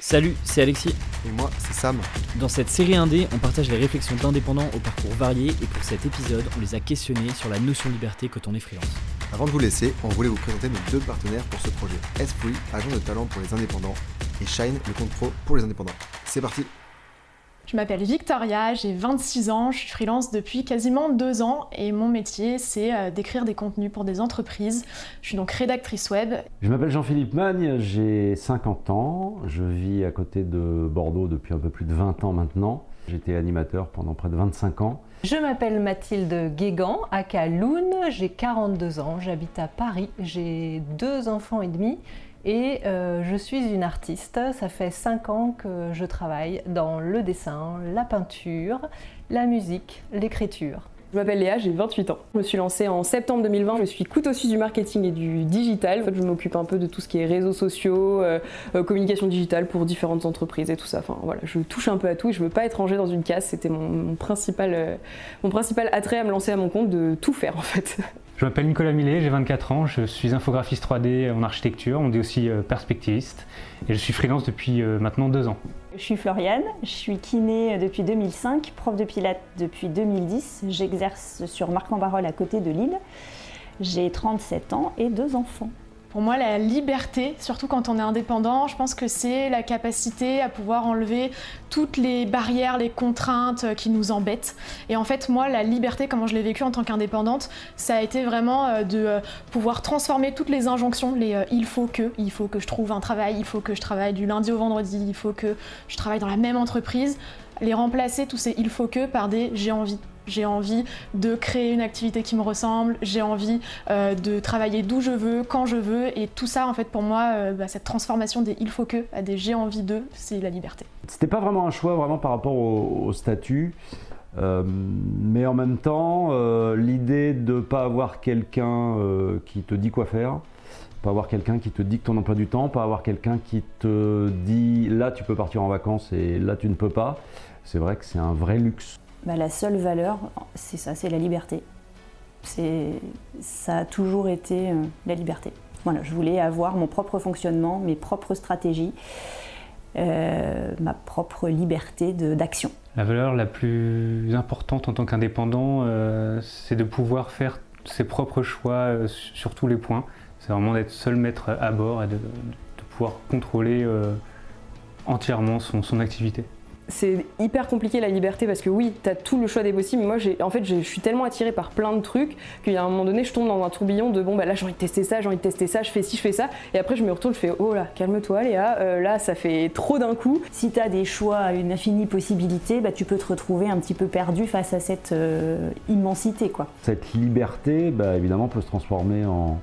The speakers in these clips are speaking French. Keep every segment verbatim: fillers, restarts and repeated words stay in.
Salut, c'est Alexis. Et moi, c'est Sam. Dans cette série indé, on partage les réflexions d'indépendants au parcours varié et pour cet épisode, on les a questionnés sur la notion de liberté quand on est freelance. Avant de vous laisser, on voulait vous présenter nos deux partenaires pour ce projet. Esprit, agent de talent pour les indépendants, et Shine, le compte pro pour les indépendants. C'est parti. Je m'appelle Victoria, j'ai vingt-six ans, je suis freelance depuis quasiment deux ans et mon métier c'est euh, d'écrire des contenus pour des entreprises. Je suis donc rédactrice web. Je m'appelle Jean-Philippe Magne, j'ai cinquante ans, je vis à côté de Bordeaux depuis un peu plus de vingt ans maintenant. J'étais animateur pendant près de vingt-cinq ans. Je m'appelle Mathilde Guégan, aka Loun, j'ai quarante-deux ans, j'habite à Paris, j'ai deux enfants et demi. Et euh, je suis une artiste, ça fait cinq ans que je travaille dans le dessin, la peinture, la musique, l'écriture. Je m'appelle Léa, j'ai vingt-huit ans. Je me suis lancée en septembre deux mille vingt, je suis couteau suisse du marketing et du digital. En fait, je m'occupe un peu de tout ce qui est réseaux sociaux, euh, euh, communication digitale pour différentes entreprises et tout ça. Enfin voilà, je touche un peu à tout et je veux pas être rangée dans une case. C'était mon, mon, principal, euh, mon principal attrait à me lancer à mon compte, de tout faire en fait. Je m'appelle Nicolas Millet, j'ai vingt-quatre ans, je suis infographiste trois D en architecture, on dit aussi euh, perspectiviste, et je suis freelance depuis euh, maintenant deux ans. Je suis Floriane, je suis kiné depuis deux mille cinq, prof de pilates depuis deux mille dix, j'exerce sur Marc-en-Barœul à côté de Lille, j'ai trente-sept ans et deux enfants. Pour moi, la liberté, surtout quand on est indépendant, je pense que c'est la capacité à pouvoir enlever toutes les barrières, les contraintes qui nous embêtent. Et en fait, moi, la liberté, comment je l'ai vécue en tant qu'indépendante, ça a été vraiment de pouvoir transformer toutes les injonctions, les euh, il faut que, il faut que je trouve un travail, il faut que je travaille du lundi au vendredi, il faut que je travaille dans la même entreprise, les remplacer tous ces il faut que par des j'ai envie. J'ai envie de créer une activité qui me ressemble, j'ai envie euh, de travailler d'où je veux, quand je veux, et tout ça, en fait, pour moi, euh, bah, cette transformation des il faut que à des j'ai envie de, c'est la liberté. C'était pas vraiment un choix, vraiment par rapport au, au statut, euh, mais en même temps, euh, l'idée de ne pas avoir quelqu'un euh, qui te dit quoi faire, pas avoir quelqu'un qui te dicte ton emploi du temps, pas avoir quelqu'un qui te dit là tu peux partir en vacances et là tu ne peux pas, c'est vrai que c'est un vrai luxe. Bah, la seule valeur, c'est ça, c'est la liberté. C'est, ça a toujours été euh, la liberté. Voilà, je voulais avoir mon propre fonctionnement, mes propres stratégies, euh, ma propre liberté de, d'action. La valeur la plus importante en tant qu'indépendant, euh, c'est de pouvoir faire ses propres choix euh, sur tous les points. C'est vraiment d'être seul maître à bord et de, de pouvoir contrôler euh, entièrement son, son activité. C'est hyper compliqué la liberté parce que oui, t'as tout le choix des possibles, mais moi j'ai, en fait, je suis tellement attirée par plein de trucs qu'il y a un moment donné, je tombe dans un tourbillon de bon bah là j'ai envie de tester ça, j'ai envie de tester ça, je fais ci, je fais ça, et après je me retourne, je fais oh là, calme-toi Léa, euh, là ça fait trop d'un coup. Si t'as des choix à une infinie possibilité, bah, tu peux te retrouver un petit peu perdu face à cette euh, immensité, quoi. Cette liberté, bah, évidemment, peut se transformer en,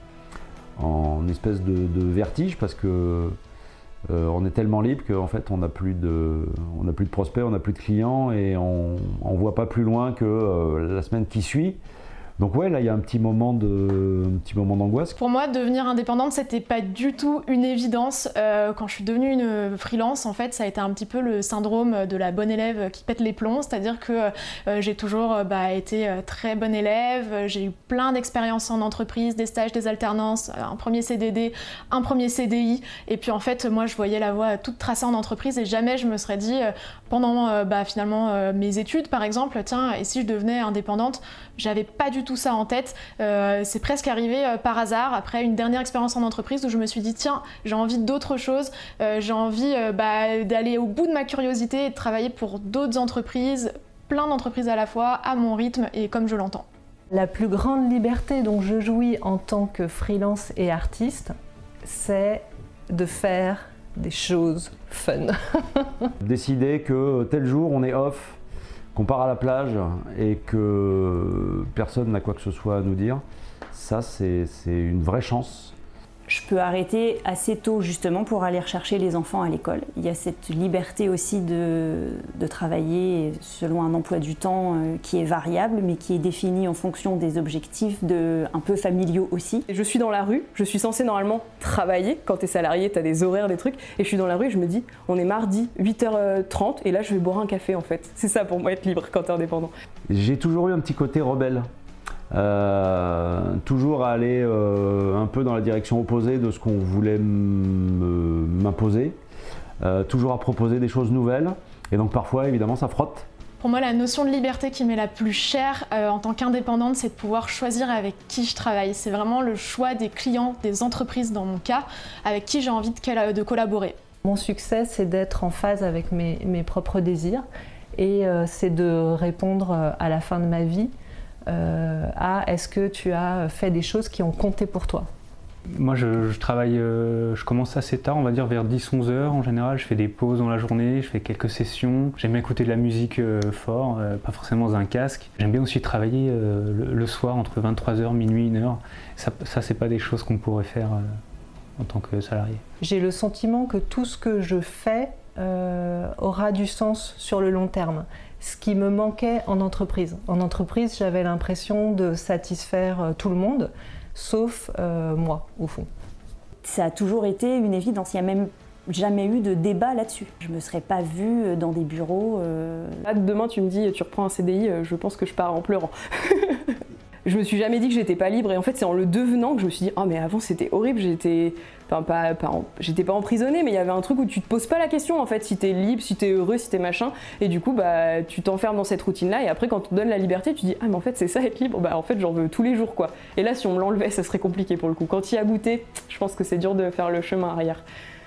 en espèce de, de vertige parce que Euh, on est tellement libre qu'en fait on n'a plus de, on n'a plus de prospects, on n'a plus de clients et on ne voit pas plus loin que euh, la semaine qui suit. Donc ouais, là il y a un petit moment de, un petit moment d'angoisse. Pour moi, devenir indépendante, c'était pas du tout une évidence. Euh, quand je suis devenue une freelance, en fait, ça a été un petit peu le syndrome de la bonne élève qui pète les plombs, c'est-à-dire que euh, j'ai toujours bah, été très bonne élève, j'ai eu plein d'expériences en entreprise, des stages, des alternances, un premier C D D, un premier C D I, et puis en fait, moi, je voyais la voie toute tracée en entreprise et jamais je me serais dit, euh, pendant euh, bah, finalement euh, mes études, par exemple, tiens, et si je devenais indépendante, j'avais pas du tout ça en tête. Euh, c'est presque arrivé euh, par hasard après une dernière expérience en entreprise où je me suis dit tiens, j'ai envie d'autre chose, euh, j'ai envie euh, bah, d'aller au bout de ma curiosité et de travailler pour d'autres entreprises, plein d'entreprises à la fois, à mon rythme et comme je l'entends. La plus grande liberté dont je jouis en tant que freelance et artiste, c'est de faire des choses fun. Décider que tel jour on est off, qu'on part à la plage et que personne n'a quoi que ce soit à nous dire, ça c'est, c'est une vraie chance. Je peux arrêter assez tôt justement pour aller rechercher les enfants à l'école. Il y a cette liberté aussi de, de travailler selon un emploi du temps euh, qui est variable mais qui est défini en fonction des objectifs de, un peu familiaux aussi. Je suis dans la rue, je suis censée normalement travailler. Quand t'es salarié, t'as des horaires, des trucs, et je suis dans la rue et je me dis on est mardi, huit heures trente et là je vais boire un café en fait. C'est ça pour moi être libre quand t'es indépendant. J'ai toujours eu un petit côté rebelle. Euh, toujours à aller euh, un peu dans la direction opposée de ce qu'on voulait m'imposer. euh, toujours à proposer des choses nouvelles. Et donc parfois, évidemment, ça frotte. Pour moi, la notion de liberté qui m'est la plus chère euh, en tant qu'indépendante, c'est de pouvoir choisir avec qui je travaille. C'est vraiment le choix des clients, des entreprises dans mon cas, avec qui j'ai envie de, de collaborer. Mon succès, c'est d'être en phase avec mes, mes propres désirs et euh, c'est de répondre euh, à la fin de ma vie euh, à est-ce que tu as fait des choses qui ont compté pour toi ? Moi, je, je travaille, euh, je commence assez tard, on va dire vers dix onze heures en général. Je fais des pauses dans la journée, je fais quelques sessions. J'aime bien écouter de la musique euh, fort, euh, pas forcément dans un casque. J'aime bien aussi travailler euh, le, le soir entre vingt-trois heures, minuit, une heure. Ça, ça c'est pas des choses qu'on pourrait faire euh, en tant que salarié. J'ai le sentiment que tout ce que je fais euh, aura du sens sur le long terme. Ce qui me manquait en entreprise. En entreprise, j'avais l'impression de satisfaire euh, tout le monde. Sauf euh, moi, au fond. Ça a toujours été une évidence. Il n'y a même jamais eu de débat là-dessus. Je ne me serais pas vue dans des bureaux. Euh... Là, demain, tu me dis, tu reprends un C D I, je pense que je pars en pleurant. Je me suis jamais dit que j'étais pas libre. Et en fait, c'est en le devenant que je me suis dit, ah, oh, mais avant, c'était horrible. J'étais enfin, pas, pas, en... j'étais pas emprisonnée, mais il y avait un truc où tu te poses pas la question, en fait, si t'es libre, si t'es heureux, si t'es machin. Et du coup, bah, tu t'enfermes dans cette routine-là. Et après, quand on te donne la liberté, tu dis, ah, mais en fait, c'est ça être libre. Bah, en fait, j'en veux tous les jours, quoi. Et là, si on me l'enlevait, ça serait compliqué pour le coup. Quand il y a goûté, je pense que c'est dur de faire le chemin arrière.